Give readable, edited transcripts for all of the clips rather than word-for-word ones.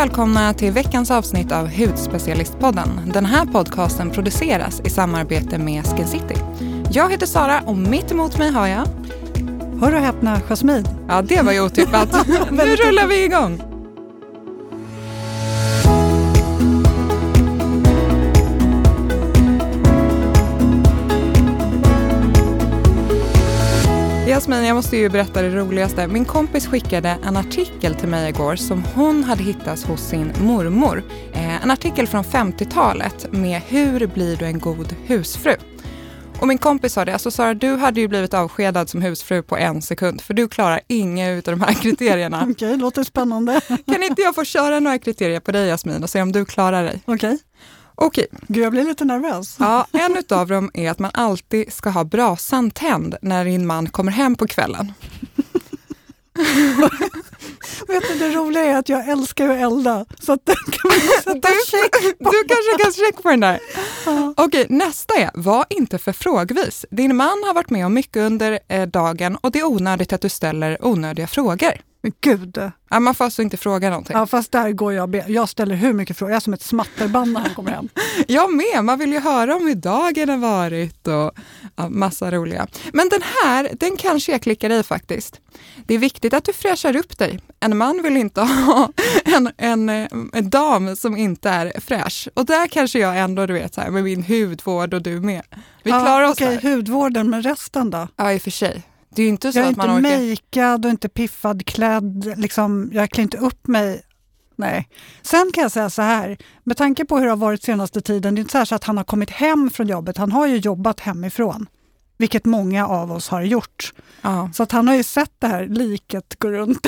välkomna till veckans avsnitt av Hudspecialistpodden. Den här podcasten produceras i samarbete med Skin City. Jag heter Sara och mitt emot mig har jag... Hör och häpna, Jasmin. Ja, det var ju otippat. Nu rullar vi igång. Jasmin, jag måste ju berätta det roligaste. Min kompis skickade en artikel till mig igår som hon hade hittat hos sin mormor. En artikel från 50-talet med hur blir du en god husfru. Och min kompis sa det, alltså Sara, du hade ju blivit avskedad som husfru på 1 sekund. För du klarar inga utav de här kriterierna. Okej, låter spännande. Kan inte jag få köra några kriterier på dig, Jasmin, och se om du klarar dig? Okej. Gud, jag blir lite nervös. Ja, en utav dem är att man alltid ska ha brasan tänd när din man kommer hem på kvällen. Vet du, det roliga är att jag älskar att elda. Så att kan man sätta check på. Du kanske kan check på den där. Okej, nästa är, var inte för frågvis. Din man har varit med om mycket under dagen och det är onödigt att du ställer onödiga frågor. Men gud. Ja, man får alltså inte fråga någonting. Ja, fast där går jag ställer hur mycket frågor. Jag är som ett smatterband när han kommer hem. Jag med, man vill ju höra om hur dagen har varit och massa roliga. Men den kanske jag klickar i faktiskt. Det är viktigt att du fräschar upp dig. En man vill inte ha en dam som inte är fräsch. Och där kanske jag ändå, du vet, så här, med min hudvård och du med. Vi klarar oss där. Hudvården, men resten då? Ja, i och för sig. Det är ju inte så jag är att man inte orkar... makead och inte piffad klädd. Liksom, jag klär inte upp mig. Nej. Sen kan jag säga så här. Med tanke på hur det har varit senaste tiden. Det är inte så att han har kommit hem från jobbet. Han har ju jobbat hemifrån. Vilket många av oss har gjort. Ja. Så att han har ju sett det här liket gå runt.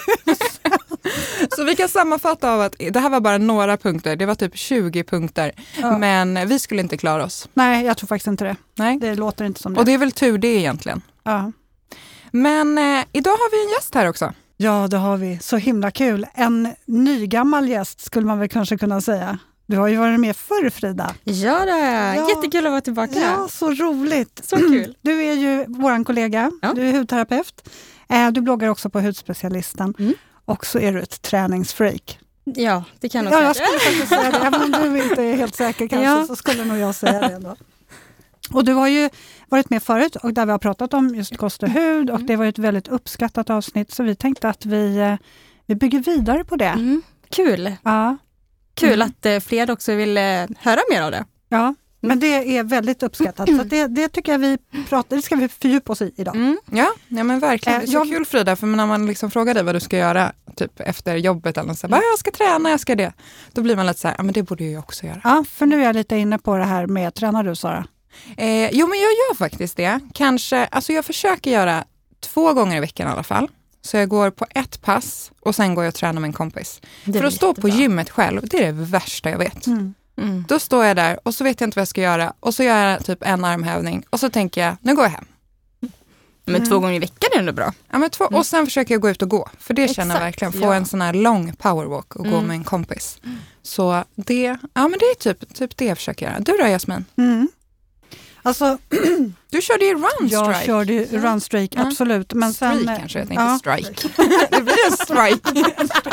Så vi kan sammanfatta av att det här var bara några punkter. Det var typ 20 punkter. Ja. Men vi skulle inte klara oss. Nej, jag tror faktiskt inte det. Nej. Det låter inte som det. Och det är väl tur det egentligen. Ja. Men idag har vi en gäst här också. Ja, det har vi. Så himla kul. En nygammal gäst skulle man väl kanske kunna säga. Du har ju varit med förr, Frida. Ja, det är jättekul att vara tillbaka. Ja, så roligt. Så kul. Du är ju våran kollega. Ja. Du är hudterapeut. Du bloggar också på Hudspecialisten. Och så är du ett träningsfreak. Ja, det kan jag säga. Ja, jag skulle faktiskt säga det. Även om du inte är helt säker kanske så skulle nog jag säga det ändå. Och du har ju varit med förut och där vi har pratat om just kost och hud och det var ett väldigt uppskattat avsnitt så vi tänkte att vi bygger vidare på det. Kul! Ja. Kul att fler också vill höra mer av det. Ja, men det är väldigt uppskattat så det tycker jag det ska vi fördjupa oss i idag. Ja, men verkligen. Det är så kul, Frida, för när man liksom frågar dig vad du ska göra typ efter jobbet eller så, jag ska träna, jag ska det. Då blir man lite så här, men det borde jag också göra. Ja, för nu är jag lite inne på det här med, tränar du, Sara? Jo, men jag gör faktiskt det. Kanske, alltså jag försöker göra 2 gånger i veckan i alla fall. Så jag går på 1 pass och sen går jag och tränar med en kompis. För att stå på gymmet själv, det är det värsta jag vet. Då står jag där och så vet jag inte vad jag ska göra. Och så gör jag typ en armhävning och så tänker jag, nu går jag hem. Men 2 gånger i veckan är det bra. Ja, men 2, och sen försöker jag gå ut och gå. För det känner jag verkligen, få en sån här lång powerwalk och gå med en kompis. Så det, men det är typ det jag försöker göra. Du då, Jasmin? Alltså, du körde ju runstrike. Jag körde runstrike, absolut. Men sen, streak kanske, jag tänkte strike. Det blir en strike.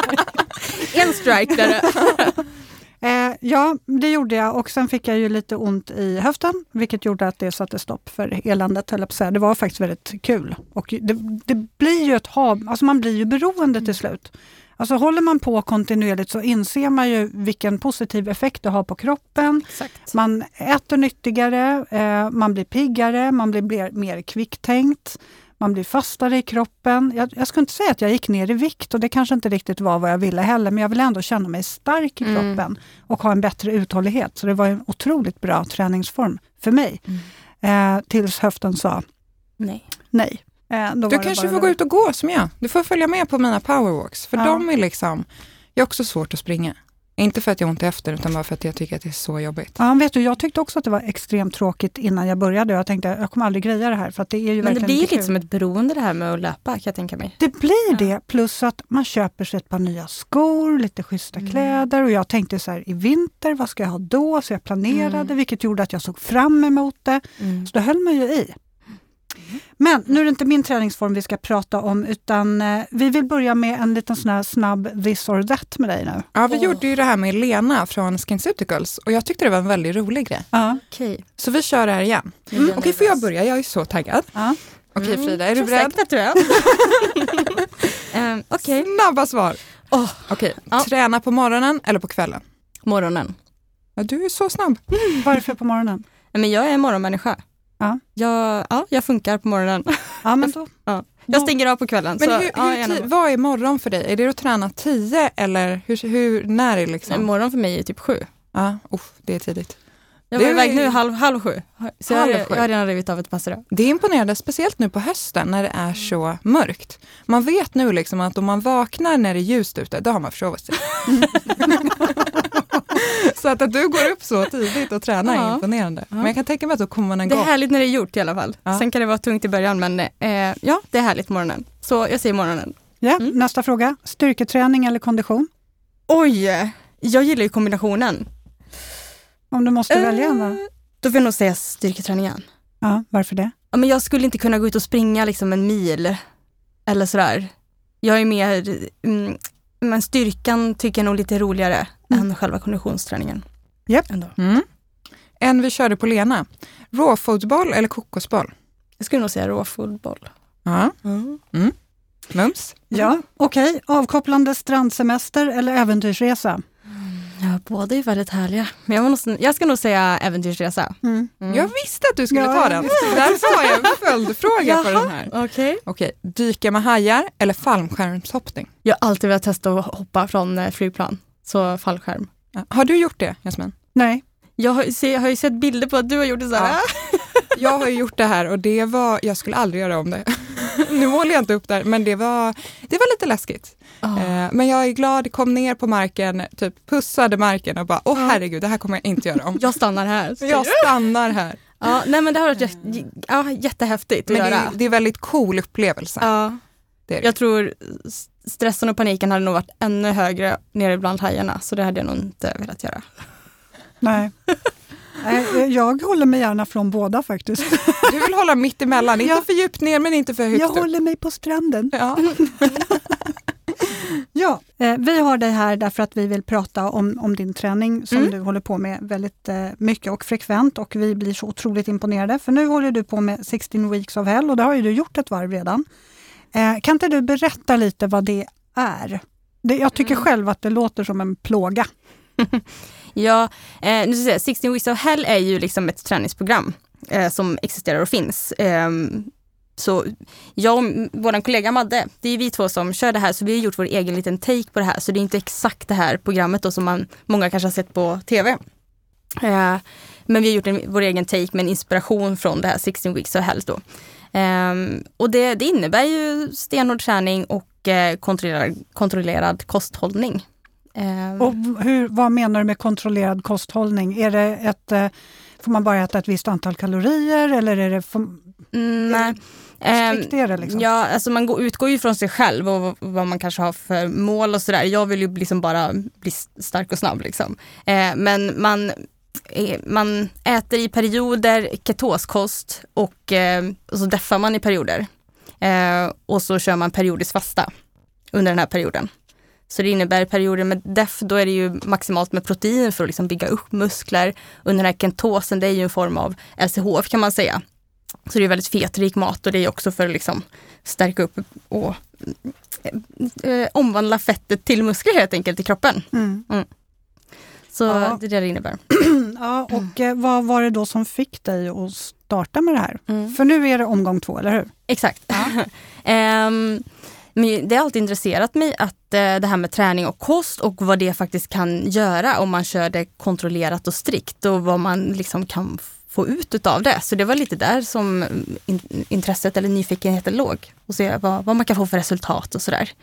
En strike där. Ja, det gjorde jag och sen fick jag ju lite ont i höften, vilket gjorde att det satte stopp för eländet, höll jag på att säga. Det var faktiskt väldigt kul och det blir ju alltså man blir ju beroende till slut. Alltså håller man på kontinuerligt så inser man ju vilken positiv effekt det har på kroppen. Exakt. Man äter nyttigare, man blir piggare, man blir mer kvicktänkt. Man blir fastare i kroppen. Jag skulle inte säga att jag gick ner i vikt och det kanske inte riktigt var vad jag ville heller. Men jag ville ändå känna mig stark i kroppen och ha en bättre uthållighet. Så det var en otroligt bra träningsform för mig. Tills höften sa nej. Du kanske får gå ut och gå som jag. Du får följa med på mina powerwalks. För de är liksom, jag är också svårt att springa. Inte för att jag har ont efter utan bara för att jag tycker att det är så jobbigt. Ja, vet du, jag tyckte också att det var extremt tråkigt innan jag började. Jag tänkte jag kommer aldrig greja det här för att det är ju. Men verkligen det blir lite som ett beroende det här med att löpa, kan jag tänka mig. Det blir det, plus att man köper sig ett par nya skor, lite schyssta kläder och jag tänkte så här, i vinter, vad ska jag ha då? Så jag planerade, vilket gjorde att jag såg fram emot det. Så då höll man ju i. Men nu är det inte min träningsform vi ska prata om, utan vi vill börja med en liten sån här snabb this or that med dig nu. Ja, vi gjorde ju det här med Lena från SkinCeuticals och jag tyckte det var en väldigt rolig grej. Ja. Okej. Så vi kör det här igen. Okej, får jag börja? Jag är så taggad. Ja. Okej, Frida, är du beredd? Säkert, tror jag. Okej. Snabba svar. Okej, Ja. träna på morgonen eller på kvällen? Morgonen. Ja, du är så snabb. Varför på morgonen? Men jag är en morgonmänniska. Ja. Jag funkar på morgonen. Ja, men då. Jag stänger av på kvällen. Men så, vad är morgon för dig? Är det att träna 10 eller när är det liksom? Morgon för mig är typ 7. Ja, det är tidigt. Jag Det var är- iväg nu halv 7. Så Halv jag 7. har redan rivit av ett pass idag. Det är imponerande, speciellt nu på hösten när det är så mörkt. Man vet nu liksom att om man vaknar när det är ljust ute, då har man försovit sig. Så att du går upp så tidigt och tränar är imponerande. Men jag kan tänka mig att då kommer man en Det är gång. härligt när det är gjort i alla fall. Ja. Sen kan det vara tungt i början, men det är härligt morgonen. Så jag säger morgonen. Ja, nästa fråga. Styrketräning eller kondition? Oj, jag gillar ju kombinationen. Om du måste välja en då? Då vill jag nog säga styrketräningen. Ja, varför det? Ja, men jag skulle inte kunna gå ut och springa liksom en mil eller sådär. Jag är mer, men styrkan tycker jag nog lite roligare än själva konditionsträningen. Japp. Ändå. En vi körde på Lena. Råfotboll eller kokosboll? Jag skulle nog säga råfotboll. Ja. Mums? Ja, okej. Avkopplande strandsemester eller äventyrsresa? Ja, båda är väldigt härliga. Men jag ska nog säga äventyrsresa. Jag visste att du skulle Ja, ta den. Därför har jag en följdfråga på den här. Okej. Okej, dyka med hajar eller fallskärmshoppning? Jag har alltid velat testa att hoppa från flygplan. Så fallskärm. Ja. Har du gjort det, Jasmin? Nej. Jag har ju sett bilder på att du har gjort det så här. Ja. Jag har ju gjort det här och jag skulle aldrig göra om det. Nu målar jag inte upp där, men det var lite läskigt. Men jag är glad, kom ner på marken, typ pussade marken och bara, herregud, det här kommer jag inte göra om. Jag stannar här. Jag stannar här. Ja, nej men det har varit jättehäftigt att Men göra. det är väldigt cool upplevelse. Ja. Det är det. Jag tror stressen och paniken hade nog varit ännu högre nere bland hajarna, så det hade jag nog inte velat göra. Nej. Jag håller mig gärna från båda faktiskt. Du vill hålla mitt emellan, inte för djupt ner men inte för högt Jag upp. håller mig på stranden. Ja. Ja, vi har dig här därför att vi vill prata om din träning som du håller på med väldigt mycket och frekvent, och vi blir så otroligt imponerade, för nu håller du på med 16 weeks of hell och det har ju du gjort ett varv redan. Kan inte du berätta lite vad det är? Jag tycker själv att det låter som en plåga. Ja, nu ska jag säga, 16 weeks of hell är ju liksom ett träningsprogram som existerar och finns. Så jag och vår kollega Madde, det är vi två som kör det här, så vi har gjort vår egen liten take på det här, så det är inte exakt det här programmet då, som många kanske har sett på tv. Men vi har gjort vår egen take med en inspiration från det här 16 weeks of hell då. Och det innebär ju stenhård träning och kontrollerad kosthållning. Och vad menar du med kontrollerad kosthållning? Är det får man bara äta ett visst antal kalorier eller är det... Nej. Strikt är det liksom? Ja, alltså man utgår ju från sig själv och vad man kanske har för mål och sådär. Jag vill ju liksom bara bli stark och snabb liksom. Men man äter i perioder ketoskost och så deffar man i perioder. Och så kör man periodiskt fasta under den här perioden. Så det innebär perioder med deff, då är det ju maximalt med protein för att liksom bygga upp muskler. Under den här ketosen, det är ju en form av LCHF kan man säga. Så det är väldigt fetrik mat, och det är också för att liksom stärka upp och omvandla fettet till muskler helt enkelt i kroppen. Så det är det innebär. Ja, och vad var det då som fick dig att starta med det här? För nu är det omgång 2, eller hur? Exakt. Ja. Men det har alltid intresserat mig att det här med träning och kost och vad det faktiskt kan göra om man kör det kontrollerat och strikt, och vad man liksom kan få ut utav det. Så det var lite där som intresset eller nyfikenheten låg, och se vad man kan få för resultat och sådär.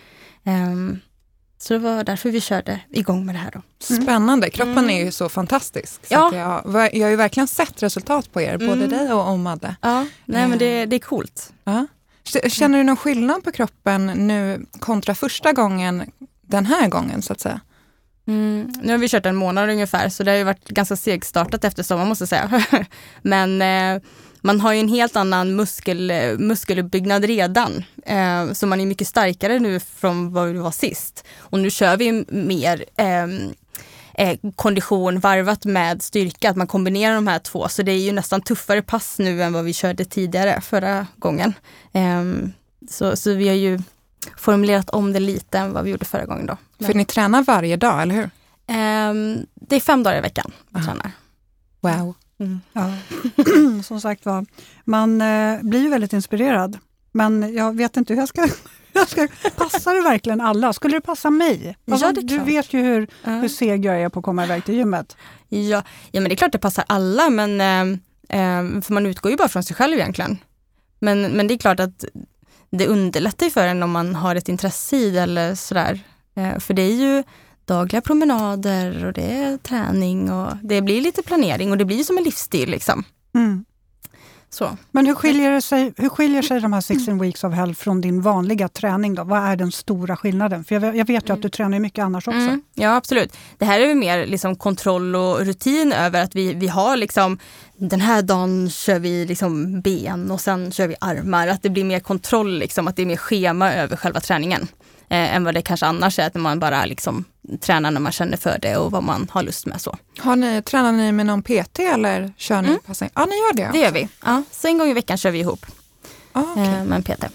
Så det var därför vi körde igång med det här då. Spännande, kroppen är ju så fantastisk. Så att jag har ju verkligen sett resultat på er, både dig och Madde. Ja, nej men det är coolt. Ja. Känner du någon skillnad på kroppen nu kontra första gången, den här gången så att säga? Nu har vi kört en månad ungefär, så det har ju varit ganska segstartat efter sommaren måste jag säga. Men man har ju en helt annan muskeluppbyggnad redan. Så man är mycket starkare nu från vad vi var sist. Och nu kör vi mer kondition varvat med styrka, att man kombinerar de här två. Så det är ju nästan tuffare pass nu än vad vi körde tidigare förra gången. Så vi har ju formulerat om det lite än vad vi gjorde förra gången då. För ni tränar varje dag, eller hur? Det är 5 dagar i veckan vi tränar. Wow. Ja. Som sagt var, man blir ju väldigt inspirerad. Men jag vet inte hur jag ska passa det verkligen alla. Skulle det passa mig? Alltså, Ja, det är du klart. vet ju hur seg jag är på att komma iväg till gymmet. Ja, men det är klart det passar alla, men för man utgår ju bara från sig själv egentligen. Men det är klart att det underlättar ju för en om man har ett intresse i det eller sådär. För det är ju dagliga promenader och det är träning och det blir lite planering och det blir som en livsstil liksom. Mm. Så. Men hur skiljer sig de här 16 weeks of health från din vanliga träning då? Vad är den stora skillnaden? För jag vet ju att du tränar mycket annars också. Ja, absolut. Det här är ju mer liksom kontroll och rutin över att vi har liksom, den här dagen kör vi liksom ben och sen kör vi armar. Att det blir mer kontroll, liksom, att det är mer schema över själva träningen. Än vad det kanske annars är, att man bara liksom tränar när man känner för det och vad man har lust med. Så. Tränar ni med någon PT eller kör ni passning? Ja, ni gör det. Det gör vi. Ja, så en gång i veckan kör vi ihop med en PT.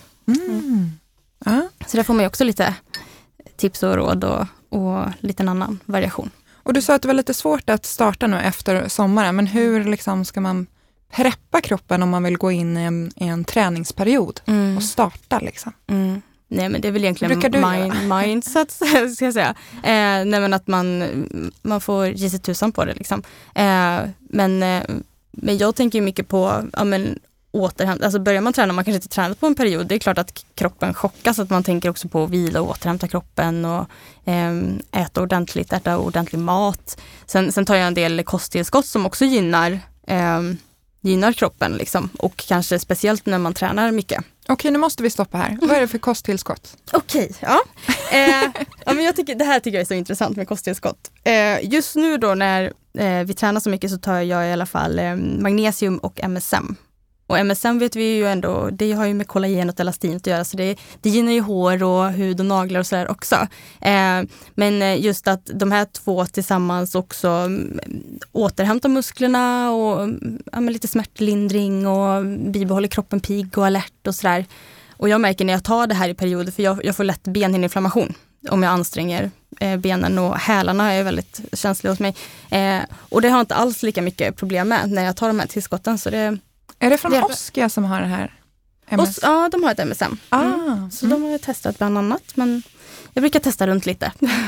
Så där får man ju också lite tips och råd och lite annan variation. Och du sa att det var lite svårt att starta nu efter sommaren, men hur liksom ska man preppa kroppen om man vill gå in i en träningsperiod och starta liksom? Nej, men det är väl egentligen mindset, ska jag säga. Nej, men att man får ge sig tusan på det liksom. Men jag tänker ju mycket på återhämta. Alltså börjar man träna, man kanske inte tränat på en period, det är klart att kroppen chockas, att man tänker också på att vila och återhämta kroppen och äta ordentlig mat. Sen tar jag en del kosttillskott som också gynnar kroppen liksom, och kanske speciellt när man tränar mycket. Okej, nu måste vi stoppa här. Vad är det för kosttillskott? Okej, ja. Men det här tycker jag är så intressant med kosttillskott. Just nu då när vi tränar så mycket så tar jag i alla fall magnesium och MSM. Och MSM vet vi ju ändå, det har ju med kollagen och elastin att göra, så det gynnar ju hår och hud och naglar och sådär också. Men just att de här två tillsammans också återhämtar musklerna och lite smärtlindring och bibehåller kroppen pigg och alert och sådär. Och jag märker när jag tar det här i perioder, för jag får lätt benhinneinflammation om jag anstränger benen, och hälarna är väldigt känsliga hos mig. Och det har inte alls lika mycket problem med när jag tar de här tillskotten, så det är det från Oskia som har det här? Ja, de har ett MSM. Så de har jag testat bland annat, men jag brukar testa runt lite.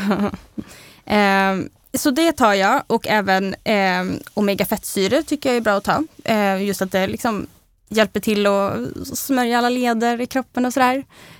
Så det tar jag, och även omega-fettsyre tycker jag är bra att ta. Just att det liksom hjälper till att smörja alla leder i kroppen och sådär.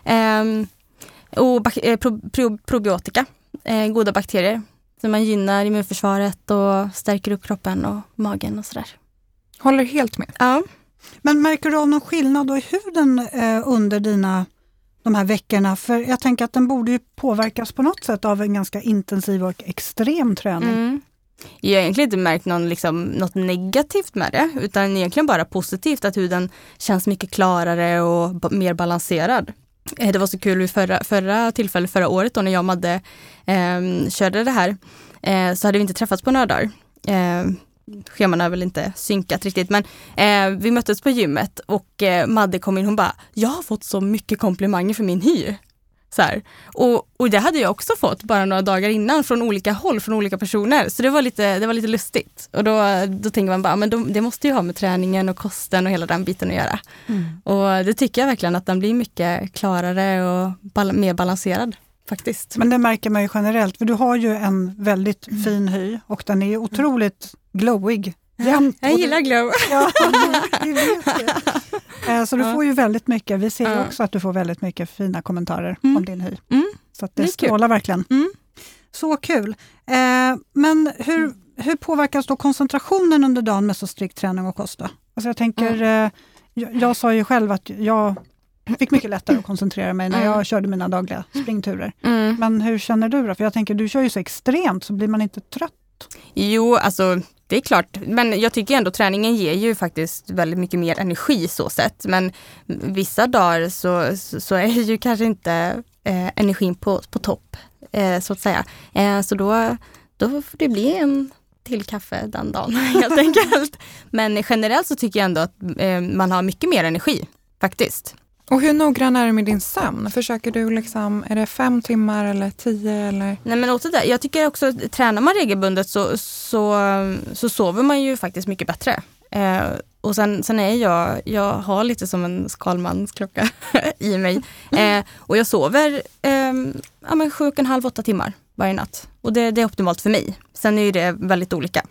Och probiotika, goda bakterier. Så man gynnar immunförsvaret och stärker upp kroppen och magen och sådär. Håller helt med. Ja. Men märker du av någon skillnad då i huden under de här veckorna? För jag tänker att den borde ju påverkas på något sätt av en ganska intensiv och extrem träning. Jag har egentligen inte märkt något negativt med det, utan egentligen bara positivt, att huden känns mycket klarare och mer balanserad. Det var så kul vid förra året då, när jag och Madde körde det här, så hade vi inte träffats på några dagar. Scheman har väl inte synkat riktigt, men vi möttes på gymmet och Madde kom in, hon bara, jag har fått så mycket komplimanger för min hy. Så här. Och det hade jag också fått bara några dagar innan från olika håll, från olika personer. Så det var lite lustigt. Och då tänker man bara, men det måste ju ha med träningen och kosten och hela den biten att göra. Och det tycker jag verkligen, att den blir mycket klarare och mer balanserad. Faktiskt. Men det märker man ju generellt, för du har ju en väldigt fin hy och den är otroligt glowig. Jag gillar glow. Ja, vi vet det. Så du får ju väldigt mycket, vi ser ju också att du får väldigt mycket fina kommentarer om din hy. Så att det strålar verkligen. Så kul. Men hur påverkas då koncentrationen under dagen med så strikt träning och kost då? Alltså jag tänker, jag sa ju själv att jag fick mycket lättare att koncentrera mig när jag körde mina dagliga springturer. Men hur känner du då? För jag tänker, du kör ju så extremt, så blir man inte trött? Jo, alltså det är klart. Men jag tycker ändå träningen ger ju faktiskt väldigt mycket mer energi så sett. Men vissa dagar så är ju kanske inte energin på topp, så att säga. Så då får det bli en till kaffe den dagen, helt enkelt. Men generellt så tycker jag ändå att man har mycket mer energi, faktiskt. Och hur noggrann är du med din sömn? Försöker du liksom, är det 5 timmar eller 10 eller? Nej, men åt det där. Jag tycker också att tränar man regelbundet så sover man ju faktiskt mycket bättre. Och sen är jag har lite som en skalmansklocka i mig. Och jag sover 7,5-8 timmar varje natt. Och det är optimalt för mig. Sen är ju det väldigt olika.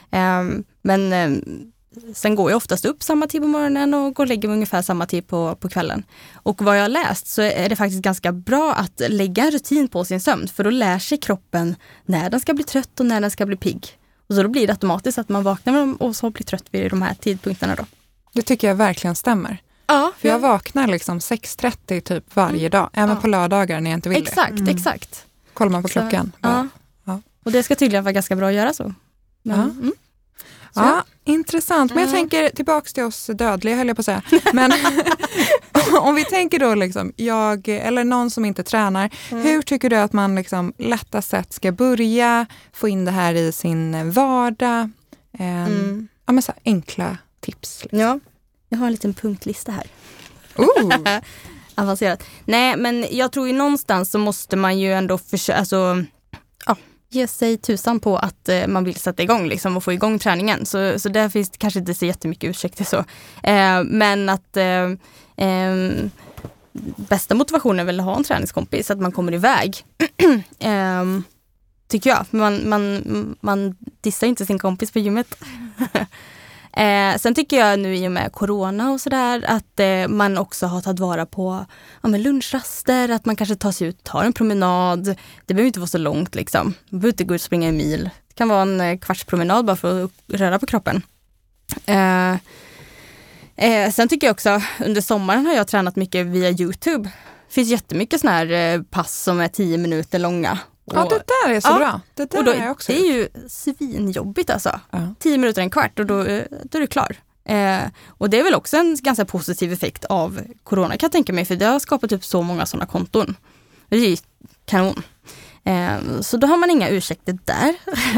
Sen går jag oftast upp samma tid på morgonen och går och lägger mig ungefär samma tid på kvällen. Och vad jag har läst så är det faktiskt ganska bra att lägga en rutin på sin sömn. För då lär sig kroppen när den ska bli trött och när den ska bli pigg. Och så då blir det automatiskt att man vaknar och så blir trött vid de här tidpunkterna då. Det tycker jag verkligen stämmer. Ja. För jag vaknar liksom 6:30 typ varje dag. Även på lördagar när jag inte vill det. Exakt. Kollar man på klockan. Ja. Och det ska tydligen vara ganska bra att göra så. Men, Ja, intressant. Men jag tänker tillbaka till oss dödliga, höll jag på att säga. Men om vi tänker då liksom, jag eller någon som inte tränar, hur tycker du att man liksom lättast sätt ska börja få in det här i sin vardag? Ja, men så här, enkla tips. Liksom. Ja, jag har en liten punktlista här. Avancerat. Nej, men jag tror ju någonstans så måste man ju ändå försöka, ge sig tusan på att man vill sätta igång liksom, och få igång träningen. Så där finns det kanske inte så jättemycket ursäkter så. Men att bästa motivationen är väl att ha en träningskompis, att man kommer iväg. Tycker jag. Man dissar inte sin kompis på gymmet. Sen tycker jag nu i och med corona och sådär att man också har tagit vara på lunchraster, att man kanske tar sig ut, tar en promenad. Det behöver inte vara så långt liksom. Man behöver inte gå ut och springa en mil. Det kan vara en kvartspromenad bara för att röra på kroppen. Sen tycker jag också, under sommaren har jag tränat mycket via YouTube. Det finns jättemycket såna här pass som är 10 minuter långa. Ja, det där är så bra. Det där är också. Det är ju svinjobbigt alltså. 10 minuter, en kvart och då är du klar. Och det är väl också en ganska positiv effekt av corona kan jag tänka mig. För det har skapat upp så många sådana konton. Det är ju kanon. Så då har man inga ursäkter där.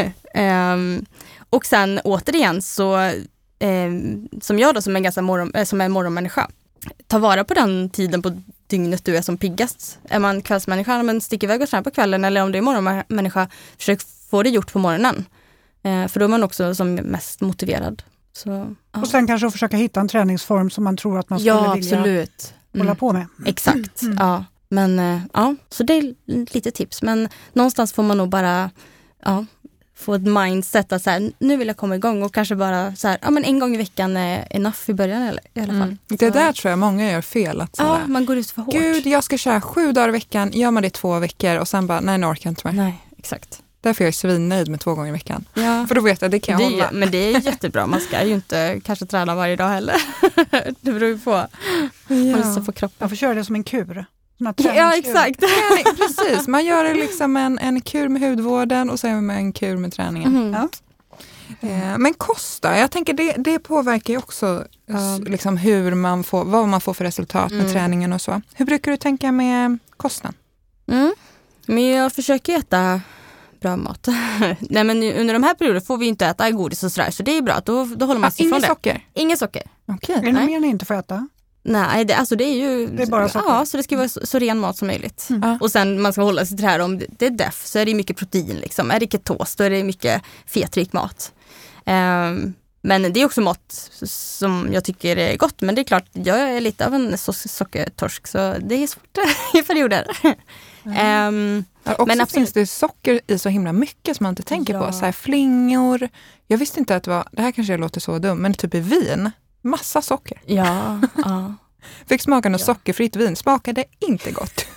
Och sen återigen så som jag då som är ganska morgonmänniska. Ta vara på den tiden på dygnet du är som piggast. Är man kvällsmänniska, men stick iväg och träna på kvällen, eller om du är morgonmänniska, försök få det gjort på morgonen. För då är man också som mest motiverad. Så, och sen kanske försöka hitta en träningsform som man tror att man skulle vilja hålla på med. Exakt, ja. Men så det är lite tips. Men någonstans får man nog bara få ett mindset att så här, nu vill jag komma igång och kanske bara så här, men en gång i veckan är enough i början i alla fall. Det där tror jag många gör fel. Att man går ut för hårt. Gud, jag ska köra 7 dagar i veckan, gör man det 2 veckor och sen bara, nej, nu orkar jag inte mer. Nej, exakt. Därför är jag svinnöjd med 2 gånger i veckan. Ja. För då vet jag, det kan jag hålla. Men det är jättebra, man ska ju inte kanske träna varje dag heller. Det beror ju på. Man får kroppen. Jag får köra det som en kur. Ja, exakt. Precis, man gör det liksom en kur med hudvården och sen med en kur med träningen. Men kost då? Jag tänker det påverkar ju också liksom hur man får, vad man får för resultat med träningen och så. Hur brukar du tänka med kosten? Men jag försöker äta bra mat. Nej, men under de här perioderna får vi inte äta godis och sådär, så det är bra. Då håller man sig från det. Socker? Ingen socker. Okej. Är det mer ni inte får äta? Nej, det är ju... Det är bara socker. Ja, så det ska vara så ren mat som möjligt. Och sen man ska hålla sig till det här, om det är DEF så är det mycket protein liksom. Är det ketos, då är det mycket fetrik mat. Men det är också mat som jag tycker är gott. Men det är klart, jag är lite av en sockertorsk, så det är svårt i perioder. Och så finns det socker i så himla mycket som man inte tänker på. Så här flingor. Jag visste inte att det var, det här kanske låter så dum, men typ i vin. Massa socker. Ja. Fick smaka något sockerfritt vin. Smakade inte gott.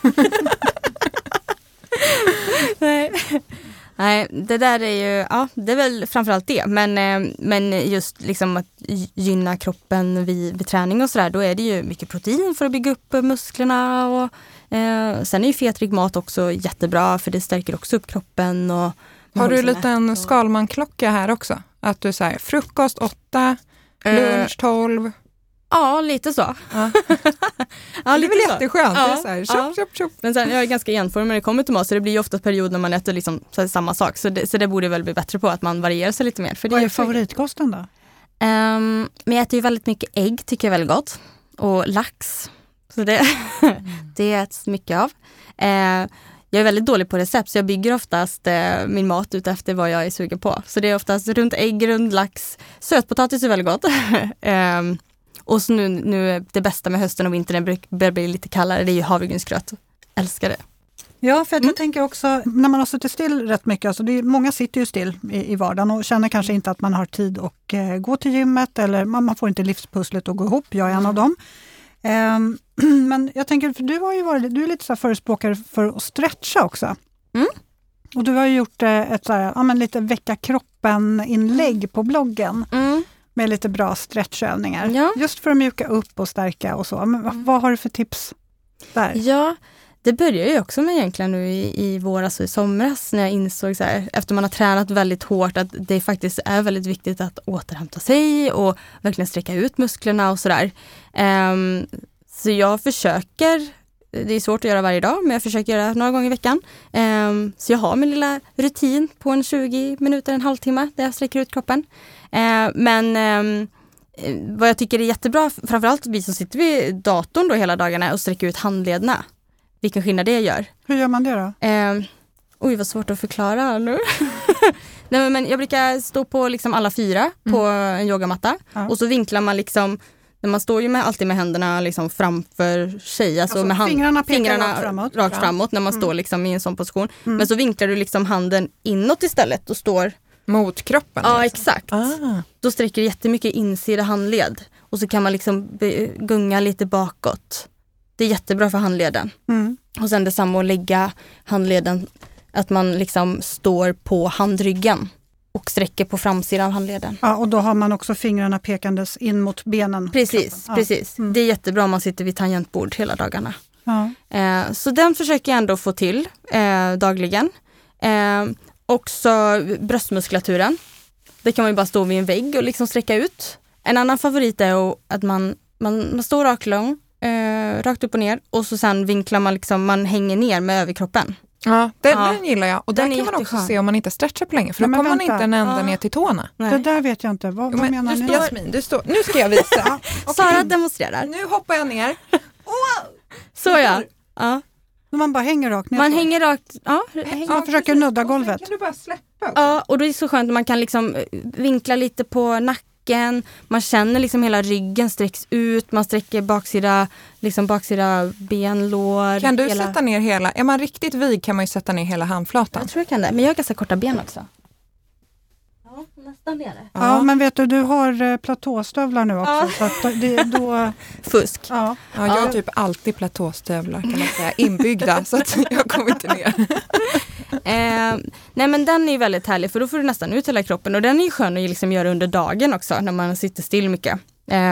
Nej, det där är ju, det är väl framförallt det. Men just liksom att gynna kroppen vid träning och sådär, då är det ju mycket protein för att bygga upp musklerna. Och sen är ju fetrik mat också jättebra, för det stärker också upp kroppen och Har du en liten Skalman-klocka här också? Att du säger frukost 8, lunch 12. Ja, lite så. Ja. Ja, det är väl jätteskönt. Ja. Det är så här, tjopp. Men sen, jag är ganska enformig när det kommer till mat, så det blir ju ofta period när man äter liksom, så samma sak. Så det borde väl bli bättre på att man varierar sig lite mer. För Vad är favoritkosten då? Men jag äter ju väldigt mycket ägg, tycker jag är väldigt gott. Och lax. Så det äts mycket av. Jag är väldigt dålig på recept, så jag bygger oftast min mat ut efter vad jag är sugen på. Så det är oftast runt ägg, runt lax. Sötpotatis är väldigt gott. Och så nu det bästa med hösten och vintern börjar bli lite kallare, det är ju havregrynsgröt. Älskar det. Ja, för jag tänker också, när man har suttit still rätt mycket, alltså många sitter ju still i vardagen och känner kanske inte att man har tid att gå till gymmet, eller man får inte livspusslet att gå ihop, jag är en av dem. Men jag tänker, för du är lite så här förespråkare för att stretcha också. Och du har ju gjort ett så här, lite väcka kroppen-inlägg på bloggen. Med lite bra stretchövningar. Ja. Just för att mjuka upp och stärka och så. Men vad har du för tips där? Ja, det började ju också med egentligen nu i våras och i somras, när jag insåg så här, efter man har tränat väldigt hårt, att det faktiskt är väldigt viktigt att återhämta sig och verkligen sträcka ut musklerna och sådär. Så jag försöker, det är svårt att göra varje dag, men jag försöker göra några gånger i veckan. Så jag har min lilla rutin på en 20 minuter, en halvtimme där jag sträcker ut kroppen. Men vad jag tycker är jättebra, framförallt vi som sitter vid datorn då hela dagarna och sträcker ut handlederna. Vilken skillnad det gör. Hur gör man det då? Oj, vad svårt att förklara nu. Nej, men jag brukar stå på liksom alla 4 på en yogamatta. Och så vinklar man liksom, när man står ju alltid med händerna liksom framför sig. Alltså med fingrarna rakt framåt när man står liksom i en sån position. Men så vinklar du liksom handen inåt istället och står mot kroppen? Ja, exakt. Då sträcker jättemycket insida handled. Och så kan man liksom gunga lite bakåt. Det är jättebra för handleden. Och sen detsamma att lägga handleden, att man liksom står på handryggen och sträcker på framsidan av handleden. Ja, och då har man också fingrarna pekandes in mot benen. Precis. Det är jättebra om man sitter vid tangentbord hela dagarna. Så den försöker jag ändå få till dagligen. Också bröstmuskulaturen. Det kan man ju bara stå vid en vägg och liksom sträcka ut. En annan favorit är att man står rakt upp och ner, och så sen vinklar man liksom, man hänger ner med överkroppen. Ja, den gillar jag. Och den kan man också se om man inte stretchar på länge, för då kommer man inte en ända ner till tårna. Nej. Det där vet jag inte. Vad menar ni? Jasmin, nu ska jag visa. Sara demonstrerar. Nu hoppar jag ner. Så ja. Man bara hänger rakt ner. Man hänger rakt. Man försöker nudda golvet. Kan du bara släppa? Ja, och det är så skönt att man kan liksom vinkla lite på nacken. Man känner liksom hela ryggen sträcks ut. Man sträcker baksida benlår. Kan du sätta ner hela? Är man riktigt vig kan man ju sätta ner hela handflatan. Jag tror jag kan det. Men jag har ganska korta ben också. Ja, nästan nere. Ja, men vet du har platåstövlar nu också. Så att då... Fusk. Ja, jag har typ alltid platåstövlar kan man säga. Inbyggda, så att jag kommer inte ner. Nej, men den är ju väldigt härlig, för då får du nästan ut hela kroppen. Och den är ju skön att liksom göra under dagen också, när man sitter still mycket.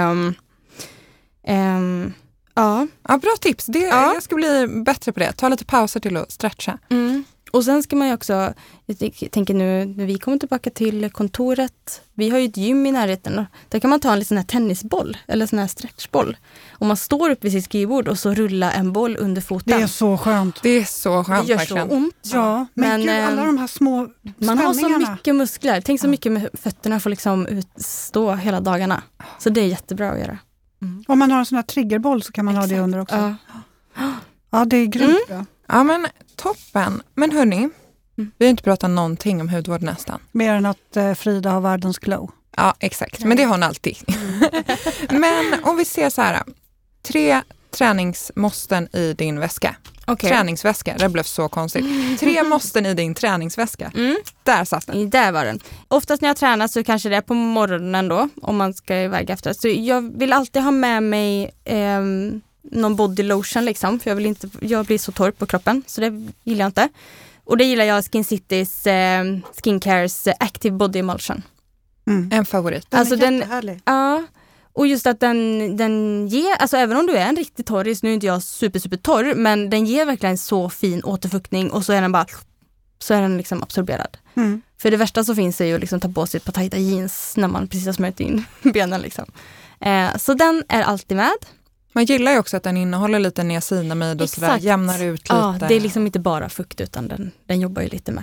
Ja, bra tips. Jag ska bli bättre på det. Ta lite pauser till att stretcha. Och sen ska man ju också, jag tänker nu när vi kommer tillbaka till kontoret, vi har ju ett gym i närheten, och där kan man ta en liten sån här tennisboll eller sån här stretchboll. Och man står upp vid sitt skrivbord och så rullar en boll under foten. Det är så skönt. Det gör verkligen så ont. Ja, men gud, alla de här små man har så mycket muskler. Tänk så mycket med fötterna får liksom utstå hela dagarna. Så det är jättebra att göra. Om man har en sån här triggerboll så kan man ha det under också. Ja, det är grymt bra. Ja, men toppen. Men hörni, vi har inte pratat någonting om hudvård nästan. Mer än att Frida har världens glow. Ja, exakt. Men det har hon alltid. Men om vi ser så här, 3 träningsmåsten i din väska. Okay. Träningsväska, det blev så konstigt. 3 måsten i din träningsväska. Där satt den. Där var den. Oftast när jag tränar så kanske det är på morgonen då, om man ska iväg efter. Så jag vill alltid ha med mig någon body lotion liksom, för jag blir så torr på kroppen, så det gillar jag inte. Och det gillar jag Skin Citys Skincares Active Body Emulsion. En favorit. Den är jättehärlig. Ja, och just att den ger, alltså även om du är en riktig torris, nu är inte jag super torr, men den ger verkligen så fin återfuktning, och så är den bara så är den liksom absorberad. För det värsta så finns det ju liksom ta på sig ett par tajta jeans när man precis har smörjt in benen liksom. Så den är alltid med. Man gillar ju också att den innehåller lite niacinamid och sådär, jämnar ut lite. Ja, det är liksom inte bara fukt utan den jobbar ju lite med.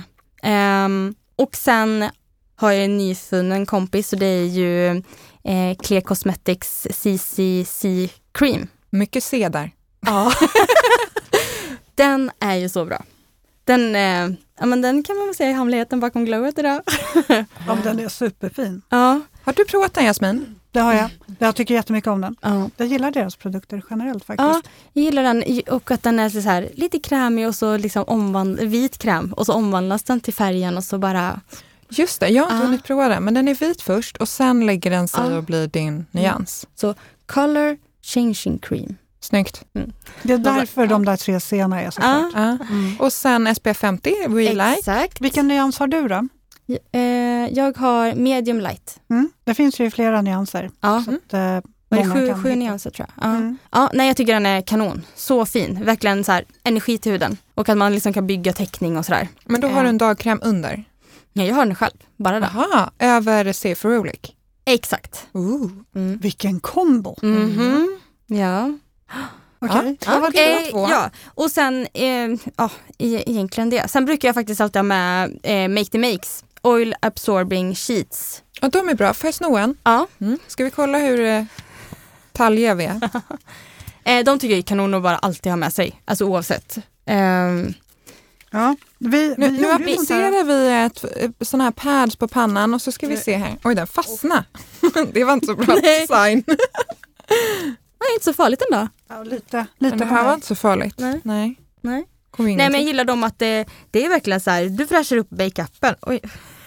Och sen har jag en nyfunnen kompis och det är ju Clear Cosmetics CCC Cream. Mycket C där. Ja. Den är ju så bra. Den kan man väl säga i hemligheten bakom glowet idag. Ja, den är superfin. Ja. Har du provat den, Jasmin? Det har jag. Jag tycker jättemycket om den. Ja. Jag gillar deras produkter generellt faktiskt. Ja, jag gillar den och att den är så här lite krämig och så liksom vit kräm och så omvandlas den till färgen och så bara... Just det, jag har inte hunnit prova den, men den är vit först och sen lägger den sig och blir din nyans. Så color changing cream. Snyggt. Det är därför de där 3 scenerna är så klart. Och sen SPF 50, Real Light. Exakt. Vilken nyans har du då? Jag har medium light. Det finns ju flera nyanser. Ja. Så att, var det 7 nyanser tror jag. Ja. Ja, nej, jag tycker den är kanon. Så fin. Verkligen så här energi till huden. Och att man liksom kan bygga täckning och sådär. Men då har du en dagkräm under? Ja, jag har den själv. Bara där. Aha, över Cefurolik. Exakt. Vilken kombo! Ja. Okej. Ja, och sen egentligen det. Sen brukar jag faktiskt alltid ha med Make the Makes Oil Absorbing Sheets. Ja, de är bra. Får jag sno en? Ja. Ska vi kolla hur taljiga vi är? De tycker jag är kanon att bara alltid ha med sig. Alltså oavsett. Ja, nu applicerar vi sån här pads på pannan och så ska vi se här. Oj, den fastnade. Det var inte så bra design. Det är inte så farligt ändå. Ja, lite Men det här var inte så farligt. Nej. Nej, men jag gillar dem att det är verkligen så här, du fräschar upp make-upen. Oj.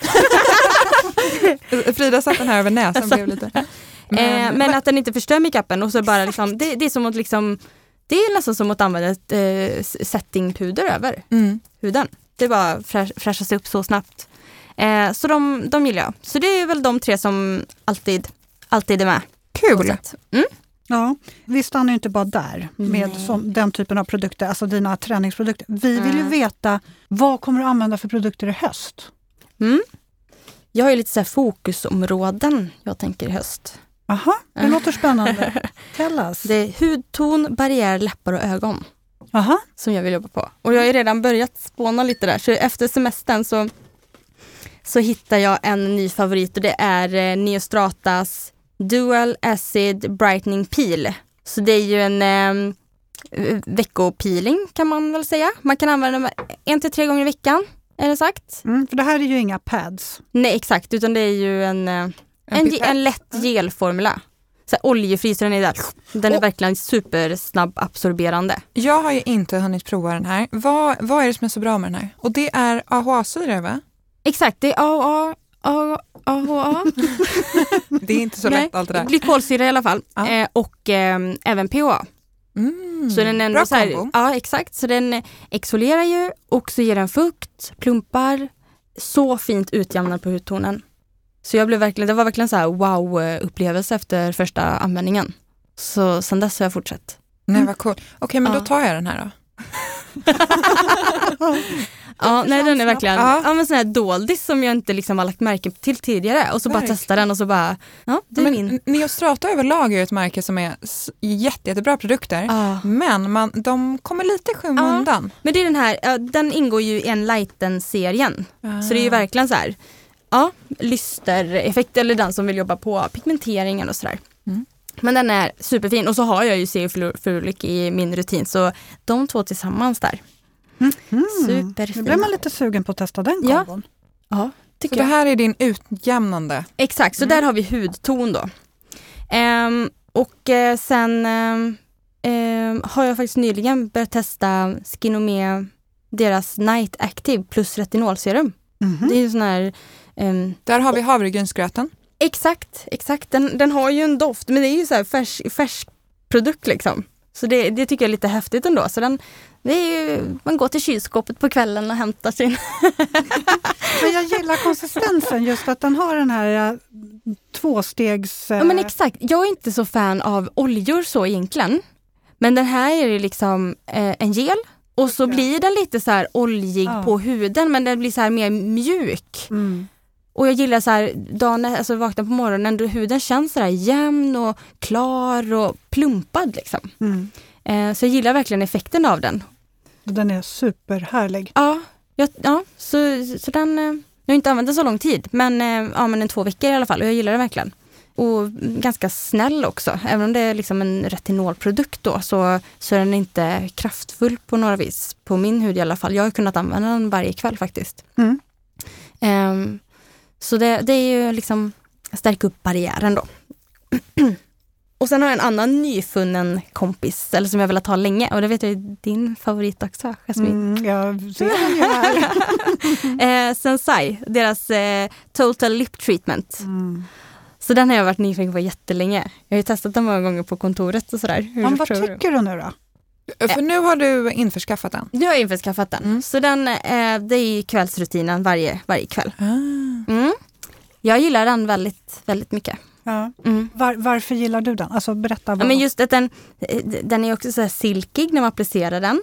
Frida satt den här över näsan. Blev lite. Men att den inte förstör make-upen och så bara liksom, det är som att liksom, det är nästan som att använda ett settingpuder över huden. Det bara fräschas upp så snabbt. Så de gillar jag. Så det är väl de 3 som alltid är med. Kul! Ja, vi stannar ju inte bara där med den typen av produkter, alltså dina träningsprodukter. Vi vill ju veta, vad kommer du använda för produkter i höst? Jag har ju lite så här fokusområden jag tänker i höst. Aha, det låter spännande. Tell us. Det är hudton, barriär, läppar och ögon. Aha. Som jag vill jobba på. Och jag har ju redan börjat spåna lite där. Så efter semestern så hittar jag en ny favorit och det är Neostratas Dual Acid Brightening Peel. Så det är ju en veckopeeling kan man väl säga. Man kan använda den 1-3 gånger i veckan, är det sagt. För det här är ju inga pads. Nej, exakt. Utan det är ju en lätt gelformula. Så här, oljefri, så den är där. Den är verkligen supersnabb absorberande. Jag har ju inte hunnit prova den här. Vad är det som är så bra med den här? Och det är AHA-syra, va? Exakt, det är AHA. Det är inte så lätt allt det där. Glykolsyra i alla fall. Och även PHA. Så den är bra så här, kombo. ja, exakt. Så den exfolierar ju och så ger den fukt, plumpar. Så fint utjämnad på hudtonen. Så det var verkligen så här wow-upplevelse efter första användningen. Så sen dess har jag fortsatt. Nej, vad cool. Okej, men då tar jag den här då. Ja, nej, den är verkligen men sån här doldis som jag inte liksom har lagt märke till tidigare. Och så bara testa den och så bara, det är min. Neostrata överlag är ett märke som är jättebra produkter. Men de kommer lite skymundan. Men det är den här, den ingår ju i en Lighten-serien. Så det är ju verkligen så här, lystereffekt eller den som vill jobba på pigmenteringen och sådär. Men den är superfin. Och så har jag ju Cefurolik i min rutin. Så de 2 tillsammans där. Superfina. Nu blir man lite sugen på att testa den kombon. Ja, tycker så jag. det här är din utjämnande. Exakt, så där har vi hudton då. Sen har jag faktiskt nyligen börjat testa Skinomé, deras Night Active plus retinolserum. Det är ju sån här... Där har vi havregrynsgröten. Exakt. Den har ju en doft, men det är ju så här färsk produkt liksom. Så det tycker jag är lite häftigt ändå. Så det är ju, man går till kylskåpet på kvällen och hämtar sin. Men jag gillar konsistensen, just att den har den här 2-stegs... Ja, men exakt. Jag är inte så fan av oljor så egentligen. Men den här är ju liksom en gel Och så blir den lite så här oljig på huden, men den blir så här mer mjuk. Och jag gillar så här, dagen, alltså vakna på morgonen, då huden känns så här jämn och klar och plumpad liksom. Så jag gillar verkligen effekten av den. Den är superhärlig. Så den, jag har inte använt den så lång tid, men en 2 veckor i alla fall, och jag gillar den verkligen. Och ganska snäll också, även om det är liksom en retinolprodukt då, så är den inte kraftfull på några vis, på min hud i alla fall. Jag har kunnat använda den varje kväll faktiskt. Så det är ju liksom stärka upp barriären då. Och sen har jag en annan nyfunnen kompis, eller som jag velat ha länge, och det vet jag är din favorit också, Jasmin. Jag ser den ju här. Sensai, deras Total Lip Treatment. Så den har jag varit nyfiken på jättelänge. Jag har ju testat den många gånger på kontoret och sådär. Vad tycker du nu då? För nu har du införskaffat den. Nu har jag införskaffat den. Så den, det är kvällsrutinen varje kväll. Jag gillar den väldigt, väldigt mycket. Ja. Varför gillar du den? Alltså berätta. Men just att den är också så här silkig när man applicerar den.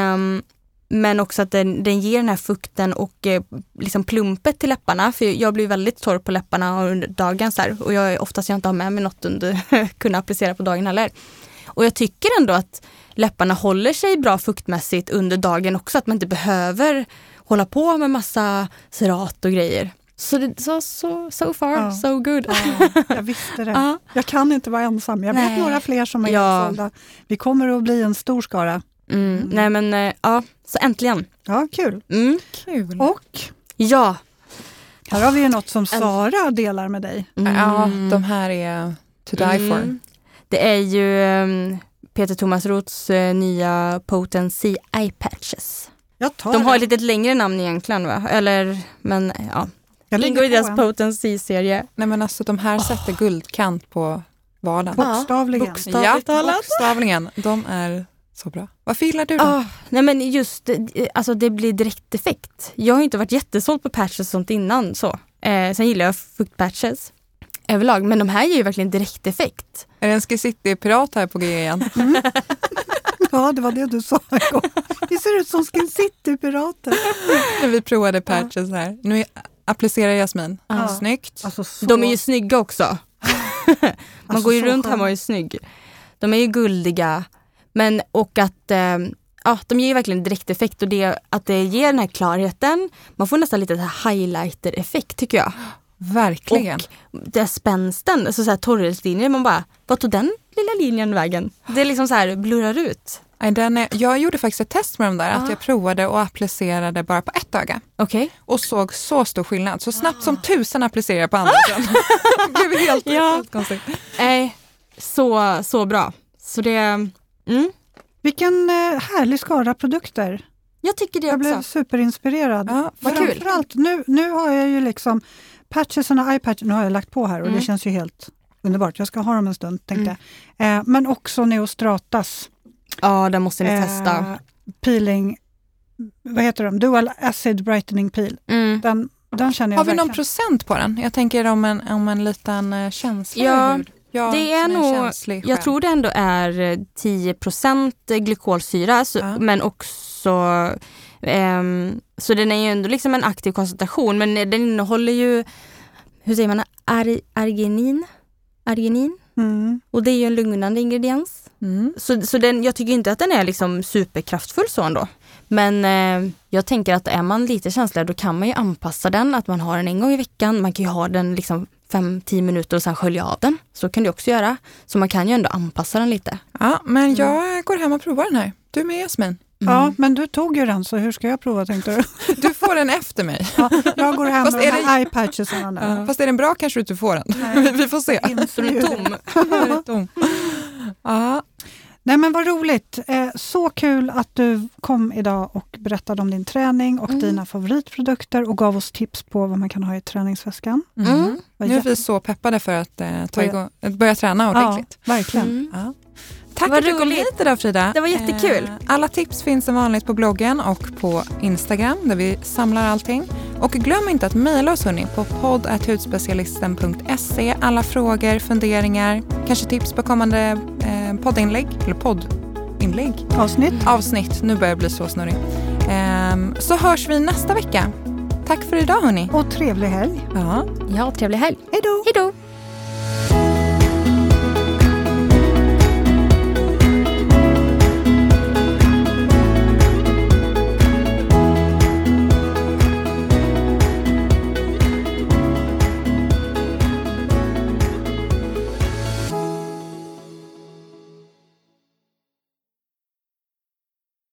Men också att den ger den här fukten och liksom plumpet till läpparna. För jag blir väldigt torr på läpparna under dagen så här. Och jag inte har med mig något under kunna applicera på dagen heller. Och jag tycker ändå att läpparna håller sig bra fuktmässigt under dagen också. Att man inte behöver hålla på med massa cerat och grejer. Så so far, so good. Jag visste det. Jag kan inte vara ensam. Jag vet några fler som är jätteföljda. Vi kommer att bli en stor skara. Nej men, så äntligen. Ja, kul. Kul. Och? Ja. Här har vi ju något som Sara delar med dig. Ja, de här är to die for. Det är ju Peter Thomas Roths nya Potency Eye Patches. De har ett lite längre namn egentligen, va? Eller, men ja. Ingår i deras Potency-serie. Nej men alltså de här sätter guldkant på vardagen. Bokstavligen. Bokstavligen. De är så bra. Varför gillar du dem? Nej men just, alltså det blir direkt effekt. Jag har inte varit jättesåld på patches och sånt innan så. Sen gillar jag fuktpatches överlag, men de här ger ju verkligen direkt effekt. Är det en Skin City-pirat här på G igen? Ja, det var det du sa en gång. Det ser ut som Skin City-pirater. När vi provade patches här. Nu applicerar Jasmin. Snyggt. Alltså, de är ju snygga också. Man går ju runt hemma och är snygg. De är ju guldiga. Men och att de ger ju verkligen direkt effekt, och det att det ger den här klarheten. Man får nästan lite highlighter-effekt tycker jag. Verkligen. Och det är spänsten, så här torrhetslinjer, man bara, vad tog den lilla linjen vägen? Det är liksom så här blurrar ut. Jag gjorde faktiskt ett test med dem där, att jag provade och applicerade bara på ett öga. Okej. Och såg så stor skillnad. Så snabbt som 1000 applicerade jag på andra sidan. Det blev helt konstigt. Så bra. Så det... Vilken härlig skara produkter. Jag tycker det också. Jag blev superinspirerad. Ja, vad kul. Framförallt, nu har jag ju liksom patchesarna, iPatch, nu har jag lagt på här och det känns ju helt underbart. Jag ska ha dem en stund, tänkte jag. Men också Neostratas. Ja, den måste ni testa. Peeling, vad heter de? Dual Acid Brightening Peel. Den känner jag. Har vi någon procent på den? Jag tänker om en liten känslig hud. Ja, det är nog, jag tror det ändå är 10% glykolsyra, men också så den är ju ändå liksom en aktiv koncentration, men den innehåller ju, hur säger man, arginin. Och det är ju en lugnande ingrediens. Så den, jag tycker inte att den är liksom superkraftfull så ändå. Men jag tänker att är man lite känslig, då kan man ju anpassa den, att man har den en gång i veckan. Man kan ju ha den liksom 5-10 minuter och sen skölja av den. Så kan du också göra. Så man kan ju ändå anpassa den lite. Ja, men jag går hem och provar den här. Du med, Jasmin? Ja, men du tog ju den, så hur ska jag prova, tänkte du? Du får den efter mig. Ja, jag går hem med de här eye-patchesarna nu. Fast är den bra kanske du inte får den. Nej, vi får se. Så du är tom. Ja. Nej, men vad roligt. Så kul att du kom idag och berättade om din träning och dina favoritprodukter och gav oss tips på vad man kan ha i träningsväskan. Nu är vi så peppade för att börja träna ordentligt. Ja, verkligen. Ja. Tack för att du kom hit idag, Frida. Det var jättekul. Alla tips finns som vanligt på bloggen och på Instagram där vi samlar allting. Och glöm inte att mejla oss på podd@hudspecialisten.se. Alla frågor, funderingar, kanske tips på kommande poddinlägg eller inlägg. Avsnitt. Nu börjar jag bli så snurrig. Så hörs vi nästa vecka. Tack för idag hörni. Och trevlig helg. Ja, trevlig helg. Hej då!